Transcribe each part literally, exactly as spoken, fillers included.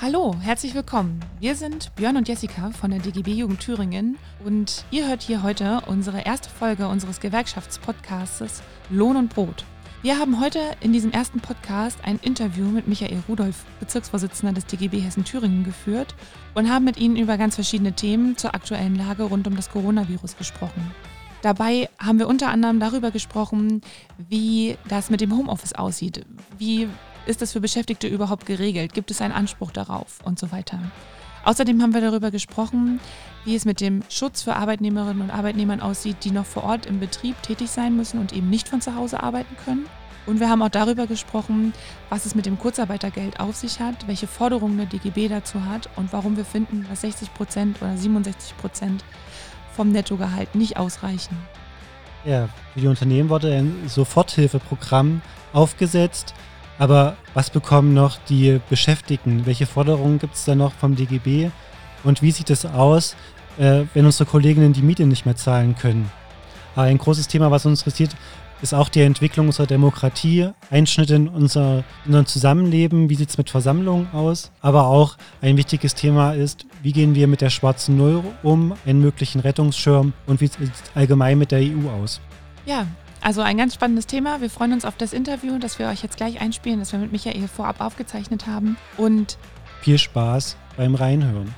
Hallo, herzlich willkommen. Wir sind Björn und Jessica von der D G B Jugend Thüringen und ihr hört hier heute unsere erste Folge unseres Gewerkschaftspodcasts Lohn und Brot. Wir haben heute in diesem ersten Podcast ein Interview mit Michael Rudolph, Bezirksvorsitzender des D G B Hessen-Thüringen, geführt und haben mit Ihnen über ganz verschiedene Themen zur aktuellen Lage rund um das Coronavirus gesprochen. Dabei haben wir unter anderem darüber gesprochen, wie das mit dem Homeoffice aussieht. Wie ist das für Beschäftigte überhaupt geregelt? Gibt es einen Anspruch darauf und so weiter? Außerdem haben wir darüber gesprochen, wie es mit dem Schutz für Arbeitnehmerinnen und Arbeitnehmern aussieht, die noch vor Ort im Betrieb tätig sein müssen und eben nicht von zu Hause arbeiten können. Und wir haben auch darüber gesprochen, was es mit dem Kurzarbeitergeld auf sich hat, welche Forderungen der D G B dazu hat und warum wir finden, dass sechzig Prozent oder siebenundsechzig Prozent vom Nettogehalt nicht ausreichen. Ja, für die Unternehmen wurde ein Soforthilfeprogramm aufgesetzt. Aber was bekommen noch die Beschäftigten? Welche Forderungen gibt es da noch vom D G B? Und wie sieht es aus, äh, wenn unsere Kolleginnen die Miete nicht mehr zahlen können? Aber ein großes Thema, was uns interessiert, ist auch die Entwicklung unserer Demokratie, Einschnitte in unser, in unser Zusammenleben, wie sieht es mit Versammlungen aus? Aber auch ein wichtiges Thema ist, wie gehen wir mit der schwarzen Null um, einen möglichen Rettungsschirm und wie sieht es allgemein mit der E U aus? Ja, also ein ganz spannendes Thema. Wir freuen uns auf das Interview, das wir euch jetzt gleich einspielen, das wir mit Michael vorab aufgezeichnet haben. Und viel Spaß beim Reinhören.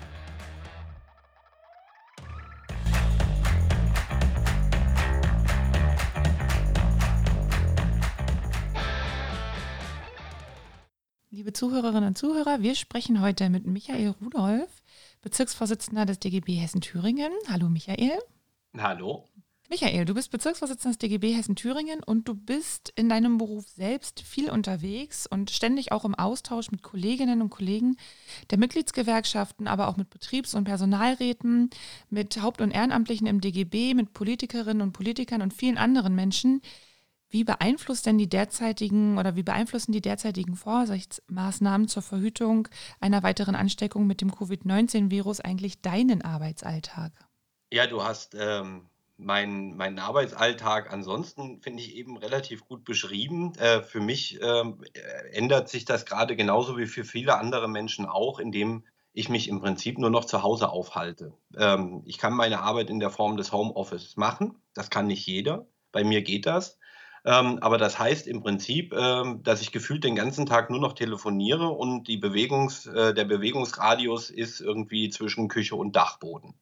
Liebe Zuhörerinnen und Zuhörer, wir sprechen heute mit Michael Rudolph, Bezirksvorsitzender des D G B Hessen-Thüringen. Hallo Michael. Hallo. Michael, du bist Bezirksvorsitzender des D G B Hessen-Thüringen und du bist in deinem Beruf selbst viel unterwegs und ständig auch im Austausch mit Kolleginnen und Kollegen der Mitgliedsgewerkschaften, aber auch mit Betriebs- und Personalräten, mit Haupt- und Ehrenamtlichen im D G B, mit Politikerinnen und Politikern und vielen anderen Menschen. Wie beeinflusst denn die derzeitigen oder wie beeinflussen die derzeitigen Vorsichtsmaßnahmen zur Verhütung einer weiteren Ansteckung mit dem Covid neunzehn Virus eigentlich deinen Arbeitsalltag? Ja, du hast ähm, meinen meinen Arbeitsalltag ansonsten, finde ich, eben relativ gut beschrieben. Äh, für mich ähm, äh, ändert sich das gerade genauso wie für viele andere Menschen auch, indem ich mich im Prinzip nur noch zu Hause aufhalte. Ähm, ich kann meine Arbeit in der Form des Homeoffice machen. Das kann nicht jeder. Bei mir geht das. Ähm, aber das heißt im Prinzip, ähm, dass ich gefühlt den ganzen Tag nur noch telefoniere und die Bewegungs, äh, der Bewegungsradius ist irgendwie zwischen Küche und Dachboden.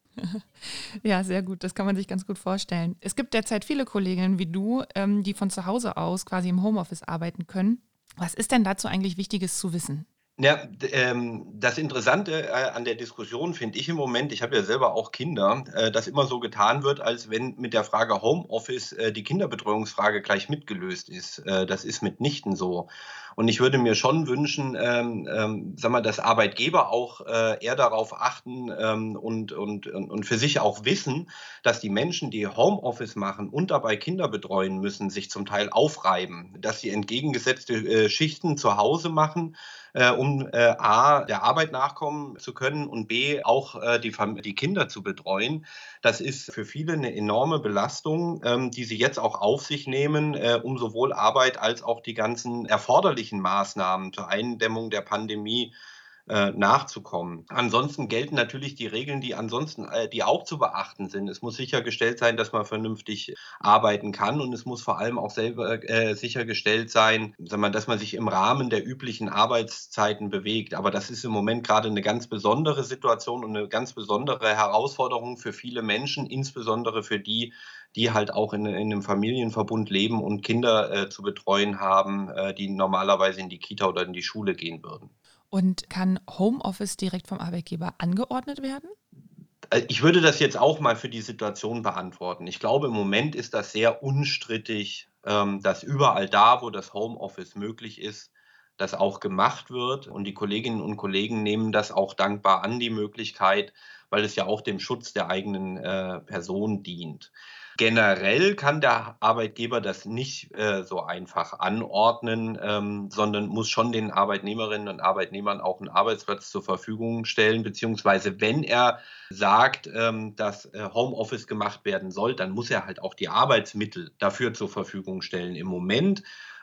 Ja, sehr gut. Das kann man sich ganz gut vorstellen. Es gibt derzeit viele Kolleginnen wie du, ähm, die von zu Hause aus quasi im Homeoffice arbeiten können. Was ist denn dazu eigentlich Wichtiges zu wissen? Ja, d ähm, das Interessante, äh, an der Diskussion finde ich im Moment, ich habe ja selber auch Kinder, äh, dass immer so getan wird, als wenn mit der Frage Homeoffice, äh, die Kinderbetreuungsfrage gleich mitgelöst ist. Äh, das ist mitnichten so. Und ich würde mir schon wünschen, ähm, ähm, sage mal, dass Arbeitgeber auch, äh, eher darauf achten, ähm, und und und und für sich auch wissen, dass die Menschen, die Homeoffice machen und dabei Kinder betreuen müssen, sich zum Teil aufreiben, dass sie entgegengesetzte, äh, Schichten zu Hause machen, äh, um äh, A, der Arbeit nachkommen zu können und B, auch äh, die, Fam- die Kinder zu betreuen. Das ist für viele eine enorme Belastung, ähm, die sie jetzt auch auf sich nehmen, äh, um sowohl Arbeit als auch die ganzen erforderlichen Maßnahmen zur Eindämmung der Pandemie äh, nachzukommen. Ansonsten gelten natürlich die Regeln, die ansonsten, äh, die auch zu beachten sind. Es muss sichergestellt sein, dass man vernünftig arbeiten kann und es muss vor allem auch selber äh, sichergestellt sein, sag mal, dass man sich im Rahmen der üblichen Arbeitszeiten bewegt. Aber das ist im Moment gerade eine ganz besondere Situation und eine ganz besondere Herausforderung für viele Menschen, insbesondere für die, die halt auch in, in einem Familienverbund leben und Kinder äh, zu betreuen haben, äh, die normalerweise in die Kita oder in die Schule gehen würden. Und kann Homeoffice direkt vom Arbeitgeber angeordnet werden? Äh, Ich würde das jetzt auch mal für die Situation beantworten. Ich glaube, im Moment ist das sehr unstrittig, ähm, dass überall da, wo das Homeoffice möglich ist, das auch gemacht wird. Und die Kolleginnen und Kollegen nehmen das auch dankbar an, die Möglichkeit, weil es ja auch dem Schutz der eigenen äh, Person dient. Generell kann der Arbeitgeber das nicht äh, so einfach anordnen, ähm, sondern muss schon den Arbeitnehmerinnen und Arbeitnehmern auch einen Arbeitsplatz zur Verfügung stellen, beziehungsweise wenn er sagt, ähm, dass äh, Homeoffice gemacht werden soll, dann muss er halt auch die Arbeitsmittel dafür zur Verfügung stellen. Im Moment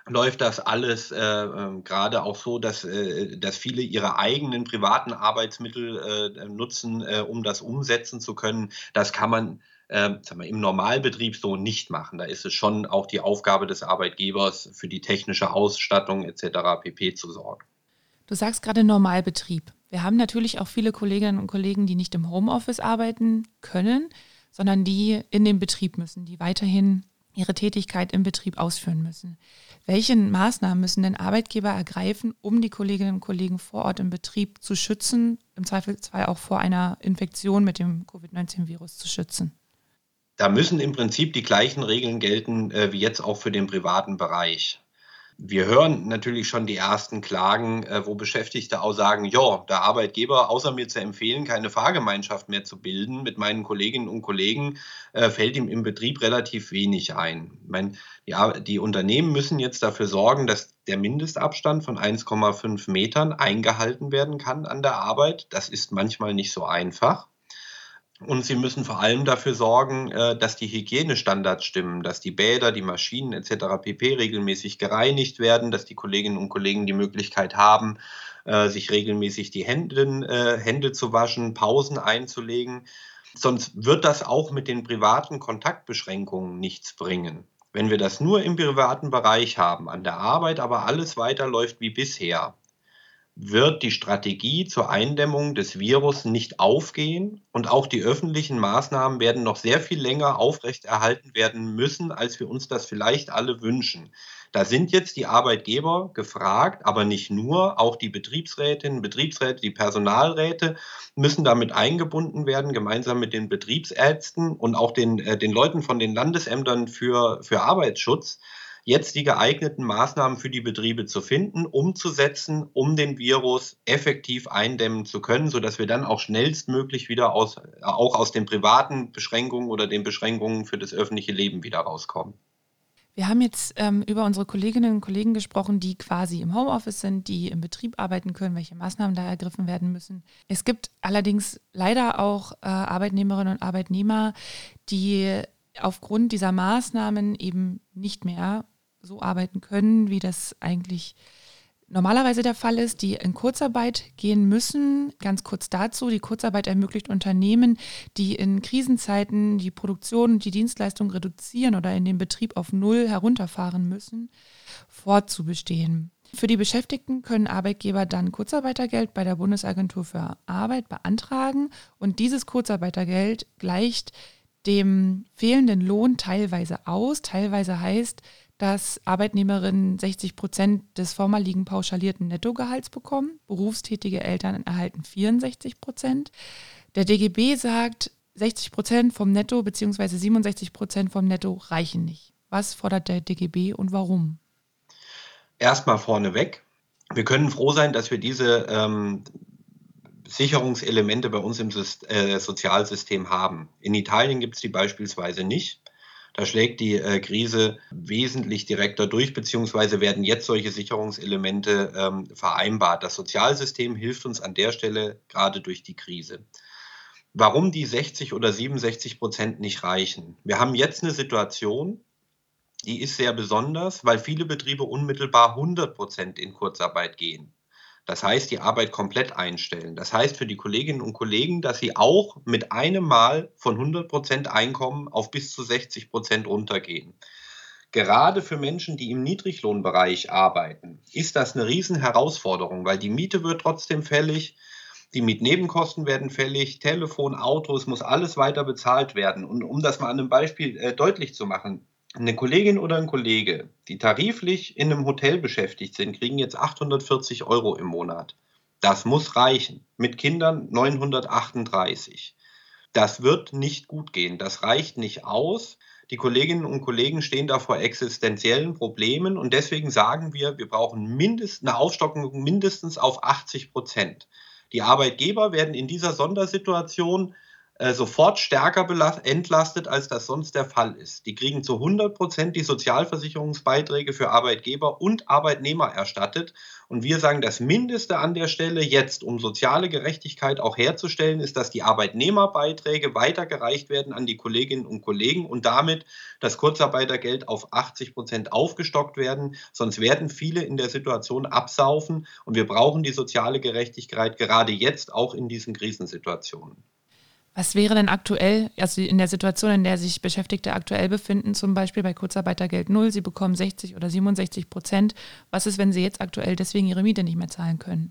läuft das alles äh, äh, gerade auch so, dass, äh, dass viele ihre eigenen privaten Arbeitsmittel äh, nutzen, äh, um das umsetzen zu können. Das kann man äh, sagen wir, im Normalbetrieb so nicht machen. Da ist es schon auch die Aufgabe des Arbeitgebers, für die technische Ausstattung et cetera pp. Zu sorgen. Du sagst gerade Normalbetrieb. Wir haben natürlich auch viele Kolleginnen und Kollegen, die nicht im Homeoffice arbeiten können, sondern die in den Betrieb müssen, die weiterhin ihre Tätigkeit im Betrieb ausführen müssen. Welche Maßnahmen müssen denn Arbeitgeber ergreifen, um die Kolleginnen und Kollegen vor Ort im Betrieb zu schützen, im Zweifelsfall auch vor einer Infektion mit dem Covid neunzehn Virus zu schützen? Da müssen im Prinzip die gleichen Regeln gelten äh, wie jetzt auch für den privaten Bereich. Wir hören natürlich schon die ersten Klagen, äh, wo Beschäftigte auch sagen, ja, der Arbeitgeber, außer mir zu empfehlen, keine Fahrgemeinschaft mehr zu bilden mit meinen Kolleginnen und Kollegen, äh, fällt ihm im Betrieb relativ wenig ein. Ich meine, ja, die Unternehmen müssen jetzt dafür sorgen, dass der Mindestabstand von eins Komma fünf Metern eingehalten werden kann an der Arbeit. Das ist manchmal nicht so einfach. Und sie müssen vor allem dafür sorgen, äh, dass die Hygienestandards stimmen, dass die Bäder, die Maschinen et cetera pp. Regelmäßig gereinigt werden, dass die Kolleginnen und Kollegen die Möglichkeit haben, äh, sich regelmäßig die Hände, äh, Hände zu waschen, Pausen einzulegen. Sonst wird das auch mit den privaten Kontaktbeschränkungen nichts bringen. Wenn wir das nur im privaten Bereich haben, an der Arbeit aber alles weiterläuft wie bisher, wird die Strategie zur Eindämmung des Virus nicht aufgehen und auch die öffentlichen Maßnahmen werden noch sehr viel länger aufrechterhalten werden müssen, als wir uns das vielleicht alle wünschen. Da sind jetzt die Arbeitgeber gefragt, aber nicht nur, auch die Betriebsrätinnen, Betriebsräte, die Personalräte müssen damit eingebunden werden, gemeinsam mit den Betriebsärzten und auch den, äh, den Leuten von den Landesämtern für, für Arbeitsschutz, jetzt die geeigneten Maßnahmen für die Betriebe zu finden, umzusetzen, um den Virus effektiv eindämmen zu können, sodass wir dann auch schnellstmöglich wieder aus, auch aus den privaten Beschränkungen oder den Beschränkungen für das öffentliche Leben wieder rauskommen. Wir haben jetzt ähm, über unsere Kolleginnen und Kollegen gesprochen, die quasi im Homeoffice sind, die im Betrieb arbeiten können, welche Maßnahmen da ergriffen werden müssen. Es gibt allerdings leider auch äh, Arbeitnehmerinnen und Arbeitnehmer, die aufgrund dieser Maßnahmen eben nicht mehr so arbeiten können, wie das eigentlich normalerweise der Fall ist, die in Kurzarbeit gehen müssen. Ganz kurz dazu, die Kurzarbeit ermöglicht Unternehmen, die in Krisenzeiten die Produktion und die Dienstleistung reduzieren oder in den Betrieb auf Null herunterfahren müssen, fortzubestehen. Für die Beschäftigten können Arbeitgeber dann Kurzarbeitergeld bei der Bundesagentur für Arbeit beantragen und dieses Kurzarbeitergeld gleicht dem fehlenden Lohn teilweise aus. Teilweise heißt, dass Arbeitnehmerinnen sechzig Prozent des vormaligen pauschalierten Nettogehalts bekommen. Berufstätige Eltern erhalten vierundsechzig Prozent. Der D G B sagt, sechzig Prozent vom Netto bzw. siebenundsechzig Prozent vom Netto reichen nicht. Was fordert der D G B und warum? Erstmal vorneweg. Wir können froh sein, dass wir diese ähm, Sicherungselemente bei uns im Syst- äh, Sozialsystem haben. In Italien gibt es die beispielsweise nicht. Da schlägt die äh, Krise wesentlich direkter durch, beziehungsweise werden jetzt solche Sicherungselemente ähm, vereinbart. Das Sozialsystem hilft uns an der Stelle gerade durch die Krise. Warum die sechzig oder siebenundsechzig Prozent nicht reichen? Wir haben jetzt eine Situation, die ist sehr besonders, weil viele Betriebe unmittelbar hundert Prozent in Kurzarbeit gehen. Das heißt, die Arbeit komplett einstellen. Das heißt für die Kolleginnen und Kollegen, dass sie auch mit einem Mal von hundert Prozent Einkommen auf bis zu sechzig Prozent runtergehen. Gerade für Menschen, die im Niedriglohnbereich arbeiten, ist das eine Riesenherausforderung, weil die Miete wird trotzdem fällig, die Mietnebenkosten werden fällig, Telefon, Auto, es muss alles weiter bezahlt werden. Und um das mal an einem Beispiel äh, deutlich zu machen, eine Kollegin oder ein Kollege, die tariflich in einem Hotel beschäftigt sind, kriegen jetzt achthundertvierzig Euro im Monat. Das muss reichen. Mit Kindern neunhundertachtunddreißig. Das wird nicht gut gehen. Das reicht nicht aus. Die Kolleginnen und Kollegen stehen da vor existenziellen Problemen und deswegen sagen wir, wir brauchen mindestens eine Aufstockung mindestens auf achtzig Prozent. Die Arbeitgeber werden in dieser Sondersituation äh, sofort stärker belast- entlastet, als das sonst der Fall ist. Die kriegen zu hundert Prozent die Sozialversicherungsbeiträge für Arbeitgeber und Arbeitnehmer erstattet. Und wir sagen, das Mindeste an der Stelle jetzt, um soziale Gerechtigkeit auch herzustellen, ist, dass die Arbeitnehmerbeiträge weitergereicht werden an die Kolleginnen und Kollegen und damit das Kurzarbeitergeld auf achtzig Prozent aufgestockt werden. Sonst werden viele in der Situation absaufen und wir brauchen die soziale Gerechtigkeit gerade jetzt auch in diesen Krisensituationen. Was wäre denn aktuell, also in der Situation, in der sich Beschäftigte aktuell befinden, zum Beispiel bei Kurzarbeitergeld null, sie bekommen sechzig oder siebenundsechzig Prozent. Was ist, wenn sie jetzt aktuell deswegen ihre Miete nicht mehr zahlen können?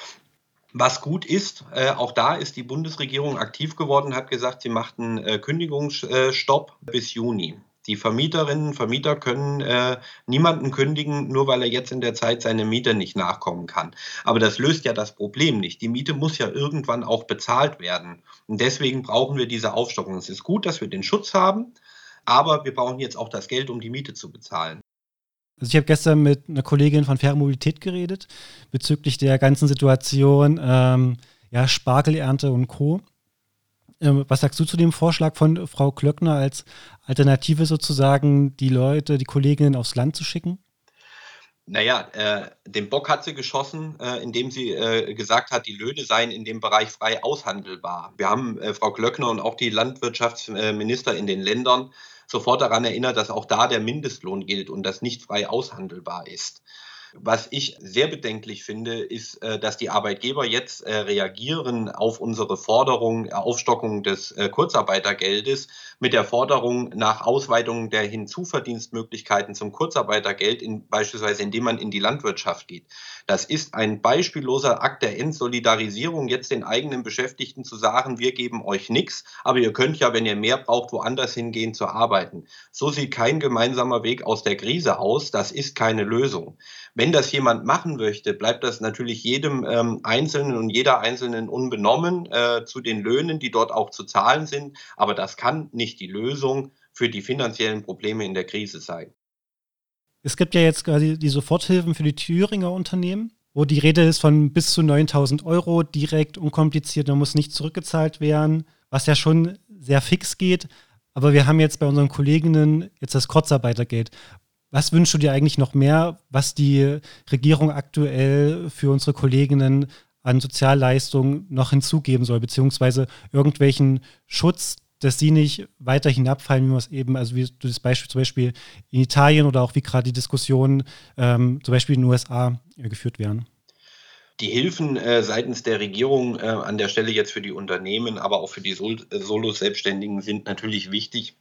Was gut ist, äh, auch da ist die Bundesregierung aktiv geworden, hat gesagt, sie macht einen äh, Kündigungsstopp bis Juni. Die Vermieterinnen und Vermieter können äh, niemanden kündigen, nur weil er jetzt in der Zeit seine Miete nicht nachkommen kann. Aber das löst ja das Problem nicht. Die Miete muss ja irgendwann auch bezahlt werden. Und deswegen brauchen wir diese Aufstockung. Es ist gut, dass wir den Schutz haben, aber wir brauchen jetzt auch das Geld, um die Miete zu bezahlen. Also ich habe gestern mit einer Kollegin von Faire Mobilität geredet, bezüglich der ganzen Situation, ähm, ja, Spargelernte und Co. Ähm, was sagst du zu dem Vorschlag von Frau Klöckner als Alternative sozusagen, die Leute, die Kolleginnen aufs Land zu schicken? Naja, äh, den Bock hat sie geschossen, äh, indem sie äh, gesagt hat, die Löhne seien in dem Bereich frei aushandelbar. Wir haben äh, Frau Klöckner und auch die Landwirtschaftsminister in den Ländern sofort daran erinnert, dass auch da der Mindestlohn gilt und das nicht frei aushandelbar ist. Was ich sehr bedenklich finde, ist, äh, dass die Arbeitgeber jetzt äh, reagieren auf unsere Forderung, äh, Aufstockung des äh, Kurzarbeitergeldes mit der Forderung nach Ausweitung der Hinzuverdienstmöglichkeiten zum Kurzarbeitergeld, in, beispielsweise indem man in die Landwirtschaft geht. Das ist ein beispielloser Akt der Entsolidarisierung, jetzt den eigenen Beschäftigten zu sagen, wir geben euch nichts, aber ihr könnt ja, wenn ihr mehr braucht, woanders hingehen zu arbeiten. So sieht kein gemeinsamer Weg aus der Krise aus. Das ist keine Lösung. Wenn das jemand machen möchte, bleibt das natürlich jedem ähm, Einzelnen und jeder Einzelnen unbenommen äh, zu den Löhnen, die dort auch zu zahlen sind. Aber das kann nicht die Lösung für die finanziellen Probleme in der Krise sein. Es gibt ja jetzt quasi die Soforthilfen für die Thüringer Unternehmen, wo die Rede ist von bis zu neuntausend Euro, direkt, unkompliziert, da muss nicht zurückgezahlt werden, was ja schon sehr fix geht. Aber wir haben jetzt bei unseren Kolleginnen jetzt das Kurzarbeitergeld. Was wünschst du dir eigentlich noch mehr, was die Regierung aktuell für unsere Kolleginnen an Sozialleistungen noch hinzugeben soll, beziehungsweise irgendwelchen Schutz, dass sie nicht weiter hinabfallen, wie man es eben, also wie du das Beispiel zum Beispiel in Italien oder auch wie gerade die Diskussionen ähm, zum Beispiel in den U S A äh, geführt werden? Die Hilfen äh, seitens der Regierung äh, an der Stelle jetzt für die Unternehmen, aber auch für die Sol- äh, Solo-Selbstständigen sind natürlich wichtig,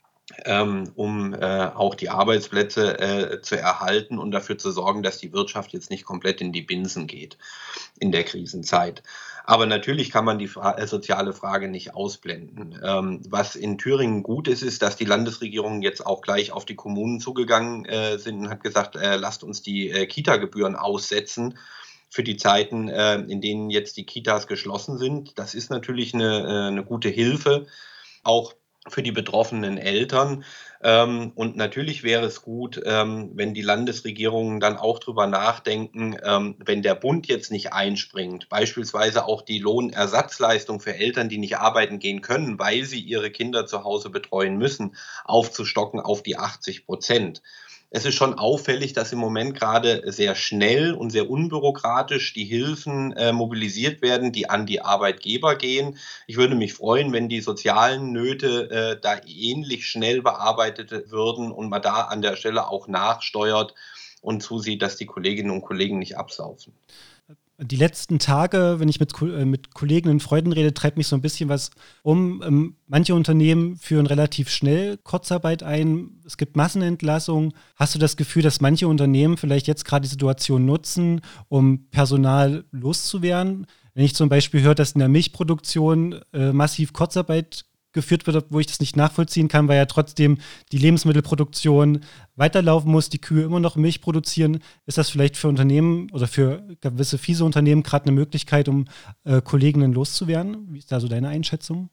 ähm, um äh, auch die Arbeitsplätze äh, zu erhalten und dafür zu sorgen, dass die Wirtschaft jetzt nicht komplett in die Binsen geht in der Krisenzeit. Aber natürlich kann man die Fra- äh, soziale Frage nicht ausblenden. Ähm, was in Thüringen gut ist, ist, dass die Landesregierung jetzt auch gleich auf die Kommunen zugegangen äh, sind und hat gesagt, äh, lasst uns die äh, Kita-Gebühren aussetzen für die Zeiten, äh, in denen jetzt die Kitas geschlossen sind. Das ist natürlich eine, äh, eine gute Hilfe, auch für die betroffenen Eltern. Ähm, und natürlich wäre es gut, ähm, wenn die Landesregierungen dann auch drüber nachdenken, ähm, wenn der Bund jetzt nicht einspringt, beispielsweise auch die Lohnersatzleistung für Eltern, die nicht arbeiten gehen können, weil sie ihre Kinder zu Hause betreuen müssen, aufzustocken auf die achtzig Prozent. Es ist schon auffällig, dass im Moment gerade sehr schnell und sehr unbürokratisch die Hilfen äh, mobilisiert werden, die an die Arbeitgeber gehen. Ich würde mich freuen, wenn die sozialen Nöte äh, da ähnlich schnell bearbeitet würden und man da an der Stelle auch nachsteuert und zusieht, dass die Kolleginnen und Kollegen nicht absaufen. Die letzten Tage, wenn ich mit, Ko- äh, mit Kollegen und Freunden rede, treibt mich so ein bisschen was um. Ähm, manche Unternehmen führen relativ schnell Kurzarbeit ein. Es gibt Massenentlassungen. Hast du das Gefühl, dass manche Unternehmen vielleicht jetzt gerade die Situation nutzen, um Personal loszuwerden? Wenn ich zum Beispiel höre, dass in der Milchproduktion äh, massiv Kurzarbeit geführt wird, wo ich das nicht nachvollziehen kann, weil ja trotzdem die Lebensmittelproduktion weiterlaufen muss, die Kühe immer noch Milch produzieren, ist das vielleicht für Unternehmen oder für gewisse fiese Unternehmen gerade eine Möglichkeit, um äh, Kolleginnen loszuwerden? Wie ist da so deine Einschätzung?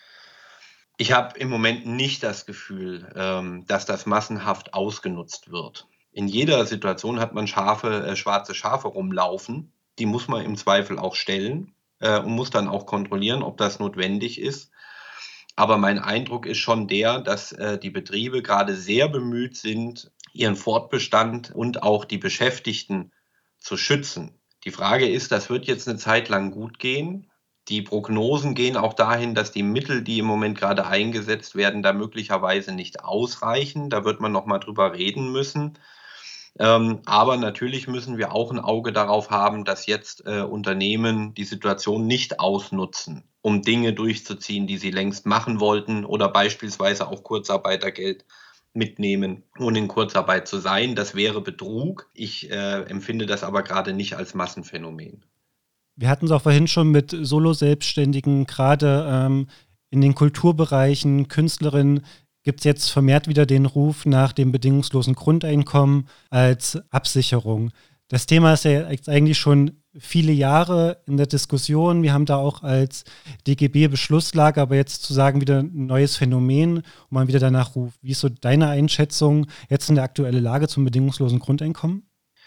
Ich habe im Moment nicht das Gefühl, ähm, dass das massenhaft ausgenutzt wird. In jeder Situation hat man Schafe, äh, schwarze Schafe rumlaufen. Die muss man im Zweifel auch stellen äh, und muss dann auch kontrollieren, ob das notwendig ist. Aber mein Eindruck ist schon der, dass äh, die Betriebe gerade sehr bemüht sind, ihren Fortbestand und auch die Beschäftigten zu schützen. Die Frage ist, das wird jetzt eine Zeit lang gut gehen. Die Prognosen gehen auch dahin, dass die Mittel, die im Moment gerade eingesetzt werden, da möglicherweise nicht ausreichen. Da wird man noch mal drüber reden müssen. Ähm, aber natürlich müssen wir auch ein Auge darauf haben, dass jetzt äh, Unternehmen die Situation nicht ausnutzen, um Dinge durchzuziehen, die sie längst machen wollten oder beispielsweise auch Kurzarbeitergeld mitnehmen, ohne in Kurzarbeit zu sein. Das wäre Betrug. Ich äh, empfinde das aber gerade nicht als Massenphänomen. Wir hatten es auch vorhin schon mit Solo-Selbstständigen, gerade ähm, in den Kulturbereichen, Künstlerinnen, gibt es jetzt vermehrt wieder den Ruf nach dem bedingungslosen Grundeinkommen als Absicherung. Das Thema ist ja jetzt eigentlich schon viele Jahre in der Diskussion. Wir haben da auch als D G B Beschlusslage, aber jetzt zu sagen, wieder ein neues Phänomen, wo man wieder danach ruft. Wie ist so deine Einschätzung jetzt in der aktuellen Lage zum bedingungslosen Grundeinkommen?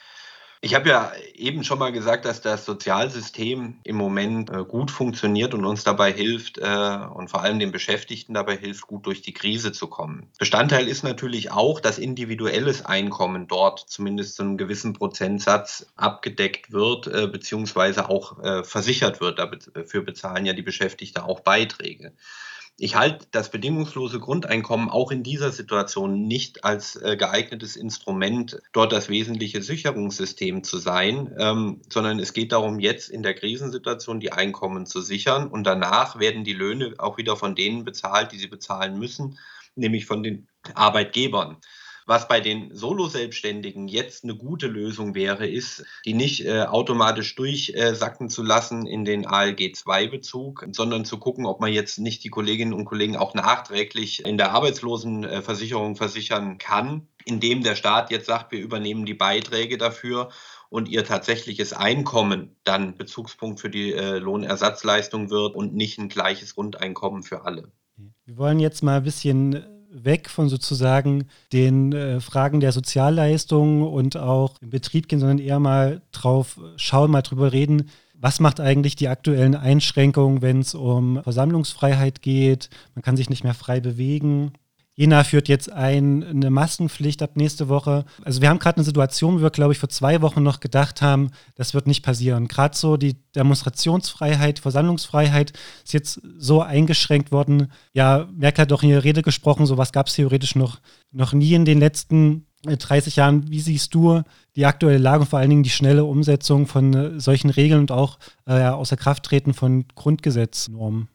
Ich habe ja eben schon mal gesagt, dass das Sozialsystem im Moment äh, gut funktioniert und uns dabei hilft äh, und vor allem den Beschäftigten dabei hilft, gut durch die Krise zu kommen. Bestandteil ist natürlich auch, dass individuelles Einkommen dort zumindest zu einem gewissen Prozentsatz abgedeckt wird, äh, beziehungsweise auch äh, versichert wird. Dafür bezahlen ja die Beschäftigten auch Beiträge. Ich halte das bedingungslose Grundeinkommen auch in dieser Situation nicht als äh, geeignetes Instrument, dort das wesentliche Sicherungssystem zu sein, ähm, sondern es geht darum, jetzt in der Krisensituation die Einkommen zu sichern und danach werden die Löhne auch wieder von denen bezahlt, die sie bezahlen müssen, nämlich von den Arbeitgebern. Was bei den Solo-Selbstständigen jetzt eine gute Lösung wäre, ist, die nicht äh, automatisch durchsacken äh, zu lassen in den A L G zwei Bezug, sondern zu gucken, ob man jetzt nicht die Kolleginnen und Kollegen auch nachträglich in der Arbeitslosenversicherung versichern kann, indem der Staat jetzt sagt, wir übernehmen die Beiträge dafür und ihr tatsächliches Einkommen dann Bezugspunkt für die äh, Lohnersatzleistung wird und nicht ein gleiches Grundeinkommen für alle. Wir wollen jetzt mal ein bisschen weg von sozusagen den äh, Fragen der Sozialleistungen und auch im Betrieb gehen, sondern eher mal drauf schauen, mal drüber reden, was macht eigentlich die aktuellen Einschränkungen, wenn es um Versammlungsfreiheit geht, man kann sich nicht mehr frei bewegen. Jena führt jetzt ein, eine Maskenpflicht ab nächste Woche. Also wir haben gerade eine Situation, wo wir, glaube ich, vor zwei Wochen noch gedacht haben, das wird nicht passieren. Gerade so die Demonstrationsfreiheit, Versammlungsfreiheit ist jetzt so eingeschränkt worden. Ja, Merkel hat doch in ihrer Rede gesprochen, sowas gab es theoretisch noch, noch nie in den letzten dreißig Jahren. Wie siehst du die aktuelle Lage und vor allen Dingen die schnelle Umsetzung von äh, solchen Regeln und auch äh, außer Krafttreten von Grundgesetznormen?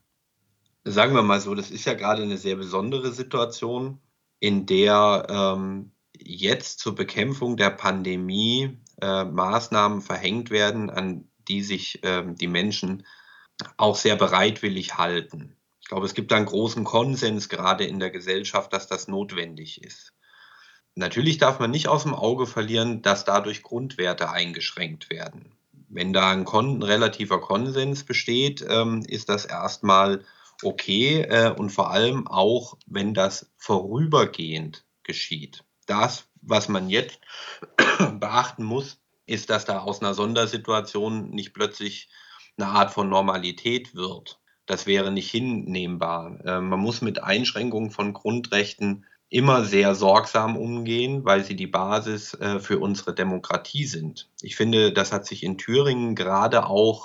Sagen wir mal so, das ist ja gerade eine sehr besondere Situation, in der ähm, jetzt zur Bekämpfung der Pandemie äh, Maßnahmen verhängt werden, an die sich ähm, die Menschen auch sehr bereitwillig halten. Ich glaube, es gibt da einen großen Konsens gerade in der Gesellschaft, dass das notwendig ist. Natürlich darf man nicht aus dem Auge verlieren, dass dadurch Grundwerte eingeschränkt werden. Wenn da ein, Kon- ein relativer Konsens besteht, ähm, ist das erstmal okay äh, und vor allem auch, wenn das vorübergehend geschieht. Das, was man jetzt beachten muss, ist, dass da aus einer Sondersituation nicht plötzlich eine Art von Normalität wird. Das wäre nicht hinnehmbar. Äh, man muss mit Einschränkungen von Grundrechten immer sehr sorgsam umgehen, weil sie die Basis äh, für unsere Demokratie sind. Ich finde, das hat sich in Thüringen gerade auch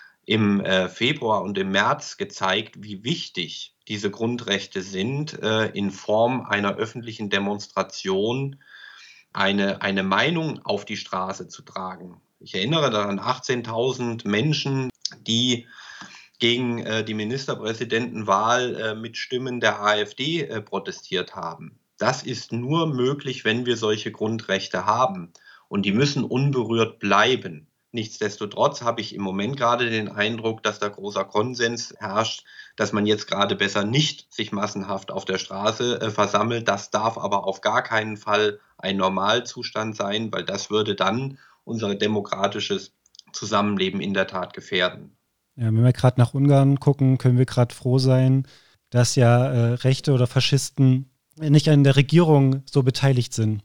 im äh, Februar und im März gezeigt, wie wichtig diese Grundrechte sind, äh, in Form einer öffentlichen Demonstration eine, eine Meinung auf die Straße zu tragen. Ich erinnere daran, achtzehntausend Menschen, die gegen äh, die Ministerpräsidentenwahl äh, mit Stimmen der AfD äh, protestiert haben. Das ist nur möglich, wenn wir solche Grundrechte haben. Und die müssen unberührt bleiben. Nichtsdestotrotz habe ich im Moment gerade den Eindruck, dass da großer Konsens herrscht, dass man jetzt gerade besser nicht sich massenhaft auf der Straße äh, versammelt. Das darf aber auf gar keinen Fall ein Normalzustand sein, weil das würde dann unser demokratisches Zusammenleben in der Tat gefährden. Ja, wenn wir gerade nach Ungarn gucken, können wir gerade froh sein, dass ja äh, Rechte oder Faschisten nicht an der Regierung so beteiligt sind.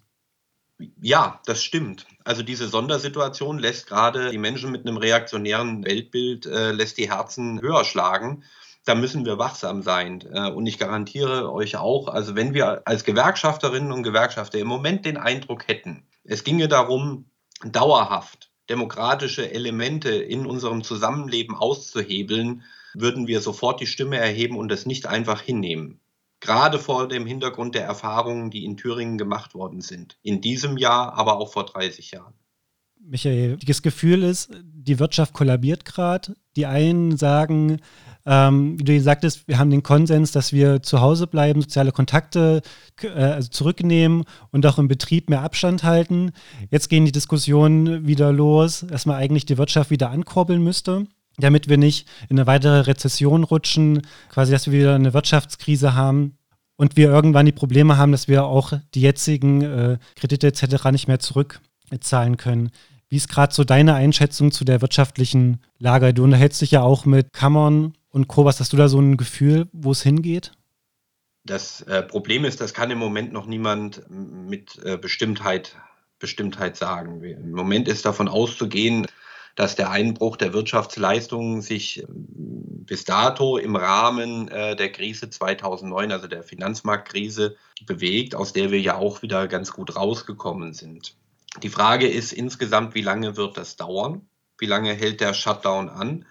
Ja, das stimmt. Also diese Sondersituation lässt gerade die Menschen mit einem reaktionären Weltbild, äh, lässt die Herzen höher schlagen. Da müssen wir wachsam sein. Und ich garantiere euch auch, also wenn wir als Gewerkschafterinnen und Gewerkschafter im Moment den Eindruck hätten, es ginge darum, dauerhaft demokratische Elemente in unserem Zusammenleben auszuhebeln, würden wir sofort die Stimme erheben und das nicht einfach hinnehmen. Gerade vor dem Hintergrund der Erfahrungen, die in Thüringen gemacht worden sind. In diesem Jahr, aber auch vor dreißig Jahren. Michael, das Gefühl ist, die Wirtschaft kollabiert gerade. Die einen sagen, ähm, wie du sagtest, wir haben den Konsens, dass wir zu Hause bleiben, soziale Kontakte äh, also zurücknehmen und auch im Betrieb mehr Abstand halten. Jetzt gehen die Diskussionen wieder los, dass man eigentlich die Wirtschaft wieder ankurbeln müsste, damit wir nicht in eine weitere Rezession rutschen, quasi, dass wir wieder eine Wirtschaftskrise haben und wir irgendwann die Probleme haben, dass wir auch die jetzigen äh, Kredite et cetera nicht mehr zurückzahlen können. Wie ist gerade so deine Einschätzung zu der wirtschaftlichen Lage? Du unterhältst dich ja auch mit Kammern und Co. Was hast du da so ein Gefühl, wo es hingeht? Das äh, Problem ist, das kann im Moment noch niemand mit äh, Bestimmtheit, Bestimmtheit sagen. Im Moment ist davon auszugehen, dass der Einbruch der Wirtschaftsleistungen sich bis dato im Rahmen äh, der Krise zweitausendneun, also der Finanzmarktkrise, bewegt, aus der wir ja auch wieder ganz gut rausgekommen sind. Die Frage ist insgesamt, wie lange wird das dauern? Wie lange hält der Shutdown an?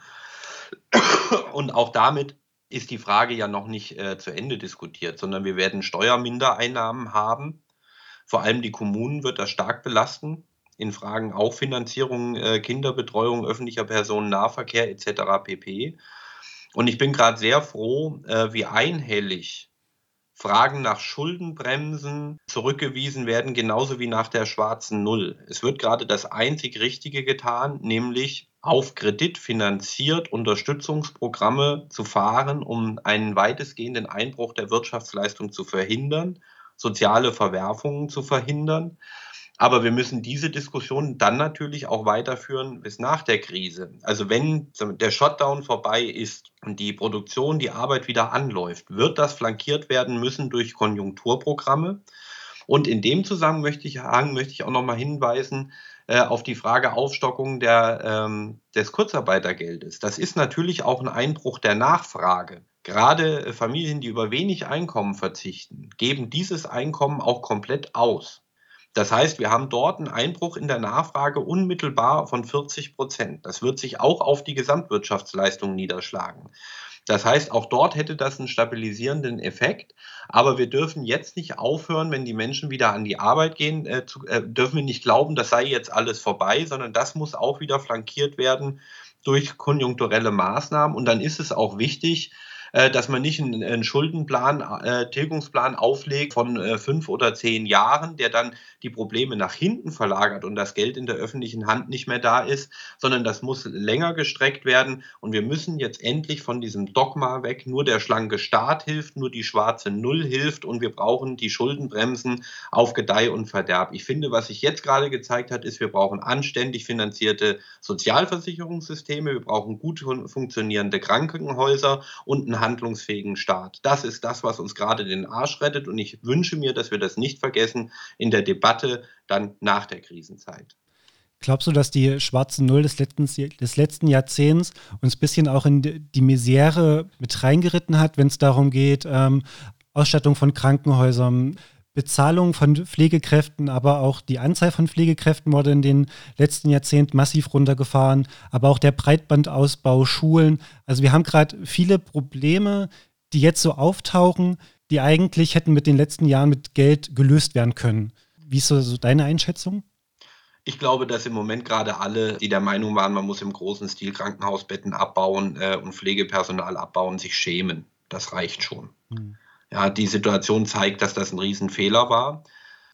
Und auch damit ist die Frage ja noch nicht äh, zu Ende diskutiert, sondern wir werden Steuermindereinnahmen haben. Vor allem die Kommunen wird das stark belasten, in Fragen auch Finanzierung, äh, Kinderbetreuung, öffentlicher Personennahverkehr et cetera pp. Und ich bin gerade sehr froh, äh, wie einhellig Fragen nach Schuldenbremsen zurückgewiesen werden, genauso wie nach der schwarzen Null. Es wird gerade das einzig Richtige getan, nämlich auf Kredit finanziert Unterstützungsprogramme zu fahren, um einen weitestgehenden Einbruch der Wirtschaftsleistung zu verhindern, soziale Verwerfungen zu verhindern. Aber wir müssen diese Diskussion dann natürlich auch weiterführen bis nach der Krise. Also wenn der Shutdown vorbei ist und die Produktion, die Arbeit wieder anläuft, wird das flankiert werden müssen durch Konjunkturprogramme. Und in dem Zusammenhang möchte ich, möchte ich auch noch mal hinweisen äh, auf die Frage Aufstockung der, ähm, des Kurzarbeitergeldes. Das ist natürlich auch ein Einbruch der Nachfrage. Gerade Familien, die über wenig Einkommen verzichten, geben dieses Einkommen auch komplett aus. Das heißt, wir haben dort einen Einbruch in der Nachfrage unmittelbar von vierzig Prozent. Das wird sich auch auf die Gesamtwirtschaftsleistung niederschlagen. Das heißt, auch dort hätte das einen stabilisierenden Effekt. Aber wir dürfen jetzt nicht aufhören, wenn die Menschen wieder an die Arbeit gehen, äh, zu, äh, dürfen wir nicht glauben, das sei jetzt alles vorbei, sondern das muss auch wieder flankiert werden durch konjunkturelle Maßnahmen. Und dann ist es auch wichtig, dass man nicht einen, einen Schuldenplan, äh, Tilgungsplan auflegt von äh, fünf oder zehn Jahren, der dann die Probleme nach hinten verlagert und das Geld in der öffentlichen Hand nicht mehr da ist, sondern das muss länger gestreckt werden. Und wir müssen jetzt endlich von diesem Dogma weg, nur der schlanke Staat hilft, nur die schwarze Null hilft und wir brauchen die Schuldenbremsen auf Gedeih und Verderb. Ich finde, was sich jetzt gerade gezeigt hat, ist, wir brauchen anständig finanzierte Sozialversicherungssysteme, wir brauchen gut funktionierende Krankenhäuser und ein handlungsfähigen Staat. Das ist das, was uns gerade den Arsch rettet und ich wünsche mir, dass wir das nicht vergessen in der Debatte dann nach der Krisenzeit. Glaubst du, dass die schwarze Null des letzten, des letzten Jahrzehnts uns ein bisschen auch in die Misere mit reingeritten hat, wenn es darum geht, ähm, Ausstattung von Krankenhäusern, Bezahlung von Pflegekräften, aber auch die Anzahl von Pflegekräften wurde in den letzten Jahrzehnten massiv runtergefahren, aber auch der Breitbandausbau, Schulen. Also wir haben gerade viele Probleme, die jetzt so auftauchen, die eigentlich hätten mit den letzten Jahren mit Geld gelöst werden können. Wie ist so, so deine Einschätzung? Ich glaube, dass im Moment gerade alle, die der Meinung waren, man muss im großen Stil Krankenhausbetten abbauen äh, und Pflegepersonal abbauen, sich schämen. Das reicht schon. Hm. Ja, die Situation zeigt, dass das ein Riesenfehler war.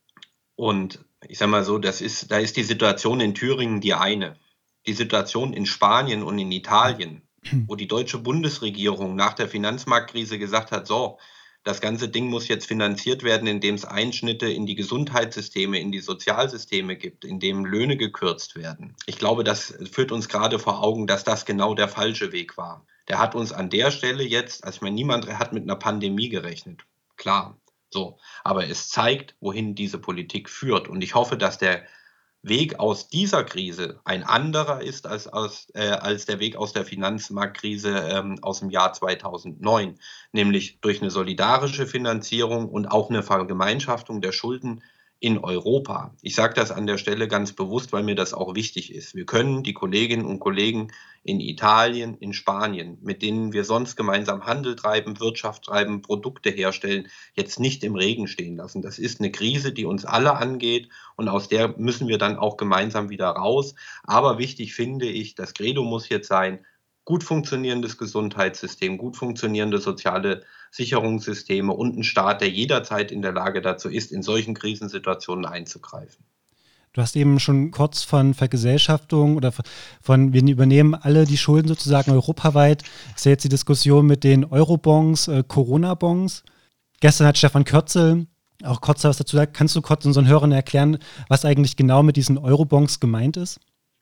Und ich sage mal so, das ist, da ist die Situation in Thüringen die eine. Die Situation in Spanien und in Italien, wo die deutsche Bundesregierung nach der Finanzmarktkrise gesagt hat, so, das ganze Ding muss jetzt finanziert werden, indem es Einschnitte in die Gesundheitssysteme, in die Sozialsysteme gibt, indem Löhne gekürzt werden. Ich glaube, das führt uns gerade vor Augen, dass das genau der falsche Weg war. Der hat uns an der Stelle jetzt, also ich meine, niemand hat mit einer Pandemie gerechnet. Klar, so. Aber es zeigt, wohin diese Politik führt. Und ich hoffe, dass der Weg aus dieser Krise ein anderer ist als, aus, äh, als der Weg aus der Finanzmarktkrise ähm, aus dem Jahr zweitausendneun, nämlich durch eine solidarische Finanzierung und auch eine Vergemeinschaftung der Schulden in Europa. Ich sage das an der Stelle ganz bewusst, weil mir das auch wichtig ist. Wir können die Kolleginnen und Kollegen in Italien, in Spanien, mit denen wir sonst gemeinsam Handel treiben, Wirtschaft treiben, Produkte herstellen, jetzt nicht im Regen stehen lassen. Das ist eine Krise, die uns alle angeht und aus der müssen wir dann auch gemeinsam wieder raus. Aber wichtig finde ich, das Credo muss jetzt sein, gut funktionierendes Gesundheitssystem, gut funktionierende soziale Sicherungssysteme und ein Staat, der jederzeit in der Lage dazu ist, in solchen Krisensituationen einzugreifen. Du hast eben schon kurz von Vergesellschaftung oder von, wir übernehmen alle die Schulden sozusagen europaweit. Das ist ja jetzt die Diskussion mit den Eurobonds, äh, Corona-Bonds. Gestern hat Stefan Kürzel auch kurz was dazu gesagt. Kannst du kurz unseren Hörern erklären, was eigentlich genau mit diesen Eurobonds gemeint ist?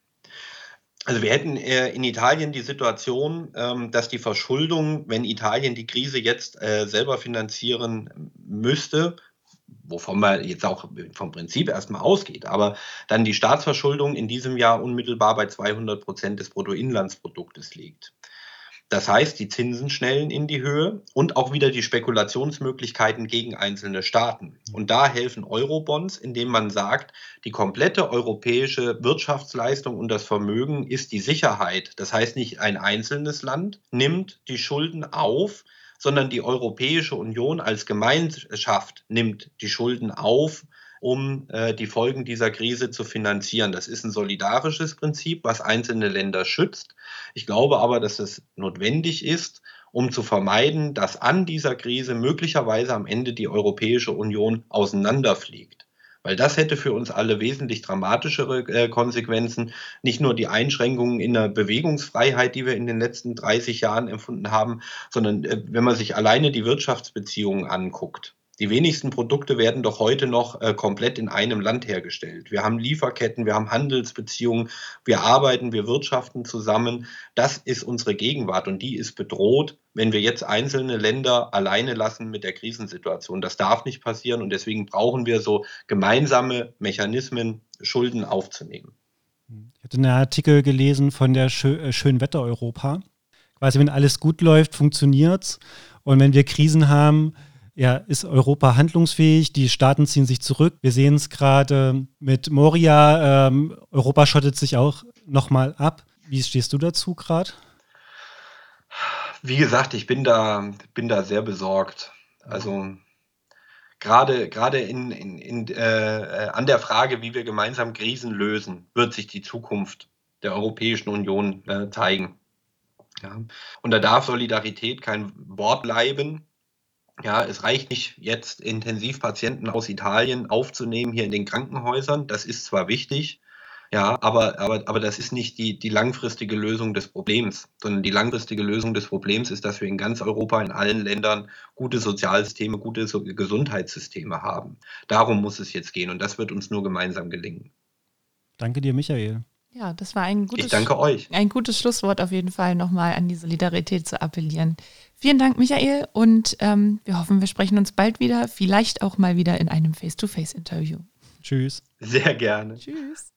Also wir hätten äh, in Italien die Situation, ähm, dass die Verschuldung, wenn Italien die Krise jetzt äh, selber finanzieren müsste, wovon man jetzt auch vom Prinzip erstmal ausgeht, aber dann die Staatsverschuldung in diesem Jahr unmittelbar bei zweihundert Prozent des Bruttoinlandsproduktes liegt. Das heißt, die Zinsen schnellen in die Höhe und auch wieder die Spekulationsmöglichkeiten gegen einzelne Staaten. Und da helfen Eurobonds, indem man sagt, die komplette europäische Wirtschaftsleistung und das Vermögen ist die Sicherheit. Das heißt, nicht ein einzelnes Land nimmt die Schulden auf, sondern die Europäische Union als Gemeinschaft nimmt die Schulden auf, um äh, die Folgen dieser Krise zu finanzieren. Das ist ein solidarisches Prinzip, was einzelne Länder schützt. Ich glaube aber, dass es notwendig ist, um zu vermeiden, dass an dieser Krise möglicherweise am Ende die Europäische Union auseinanderfliegt. Weil das hätte für uns alle wesentlich dramatischere äh, Konsequenzen. Nicht nur die Einschränkungen in der Bewegungsfreiheit, die wir in den letzten dreißig Jahren empfunden haben, sondern äh, wenn man sich alleine die Wirtschaftsbeziehungen anguckt. Die wenigsten Produkte werden doch heute noch äh, komplett in einem Land hergestellt. Wir haben Lieferketten, wir haben Handelsbeziehungen, wir arbeiten, wir wirtschaften zusammen. Das ist unsere Gegenwart und die ist bedroht, wenn wir jetzt einzelne Länder alleine lassen mit der Krisensituation. Das darf nicht passieren und deswegen brauchen wir so gemeinsame Mechanismen, Schulden aufzunehmen. Ich hatte einen Artikel gelesen von der Schö- äh, Schönwetter-Europa. Quasi, wenn alles gut läuft, funktioniert's. Und wenn wir Krisen haben, ja, ist Europa handlungsfähig, die Staaten ziehen sich zurück. Wir sehen es gerade mit Moria, ähm, Europa schottet sich auch nochmal ab. Wie stehst du dazu gerade? Wie gesagt, ich bin da, bin da sehr besorgt. Also gerade, gerade in, in, in, äh, an der Frage, wie wir gemeinsam Krisen lösen, wird sich die Zukunft der Europäischen Union äh, zeigen. Ja. Und da darf Solidarität kein Wort bleiben. Ja, es reicht nicht, jetzt Intensivpatienten aus Italien aufzunehmen hier in den Krankenhäusern. Das ist zwar wichtig, ja, aber, aber, aber das ist nicht die, die langfristige Lösung des Problems, sondern die langfristige Lösung des Problems ist, dass wir in ganz Europa, in allen Ländern gute Sozialsysteme, gute so- Gesundheitssysteme haben. Darum muss es jetzt gehen und das wird uns nur gemeinsam gelingen. Danke dir, Michael. Ja, das war ein gutes, Ich danke euch. ein gutes Schlusswort auf jeden Fall, nochmal an die Solidarität zu appellieren. Vielen Dank, Michael, und ähm, wir hoffen, wir sprechen uns bald wieder, vielleicht auch mal wieder in einem Face-to-Face-Interview. Tschüss. Sehr gerne. Tschüss.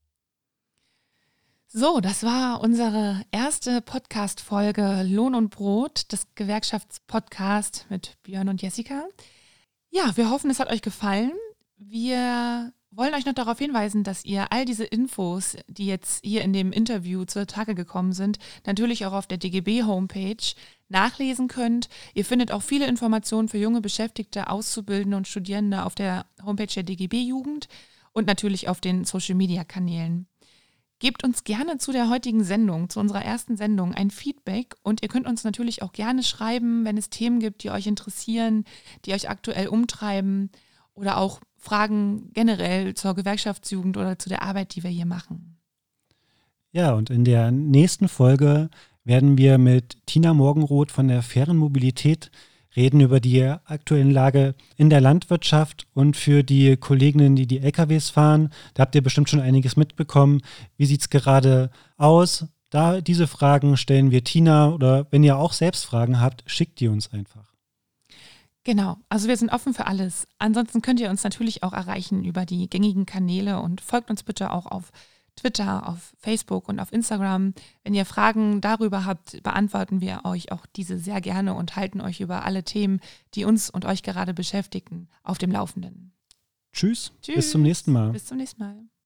So, das war unsere erste Podcast-Folge Lohn und Brot, das Gewerkschaftspodcast mit Björn und Jessica. Ja, wir hoffen, es hat euch gefallen. Wir wollen euch noch darauf hinweisen, dass ihr all diese Infos, die jetzt hier in dem Interview zur Tage gekommen sind, natürlich auch auf der D G B-Homepage nachlesen könnt. Ihr findet auch viele Informationen für junge Beschäftigte, Auszubildende und Studierende auf der Homepage der D G B-Jugend und natürlich auf den Social-Media-Kanälen. Gebt uns gerne zu der heutigen Sendung, zu unserer ersten Sendung, ein Feedback und ihr könnt uns natürlich auch gerne schreiben, wenn es Themen gibt, die euch interessieren, die euch aktuell umtreiben oder auch Fragen generell zur Gewerkschaftsjugend oder zu der Arbeit, die wir hier machen. Ja, und in der nächsten Folge werden wir mit Tina Morgenroth von der Fairen Mobilität reden über die aktuelle Lage in der Landwirtschaft und für die Kolleginnen, die die L K Ws fahren. Da habt ihr bestimmt schon einiges mitbekommen. Wie sieht es gerade aus? Da diese Fragen stellen wir Tina oder wenn ihr auch selbst Fragen habt, schickt die uns einfach. Genau, also wir sind offen für alles. Ansonsten könnt ihr uns natürlich auch erreichen über die gängigen Kanäle und folgt uns bitte auch auf Twitter, auf Facebook und auf Instagram. Wenn ihr Fragen darüber habt, beantworten wir euch auch diese sehr gerne und halten euch über alle Themen, die uns und euch gerade beschäftigen, auf dem Laufenden. Tschüss, Tschüss. Bis zum nächsten Mal. Bis zum nächsten Mal.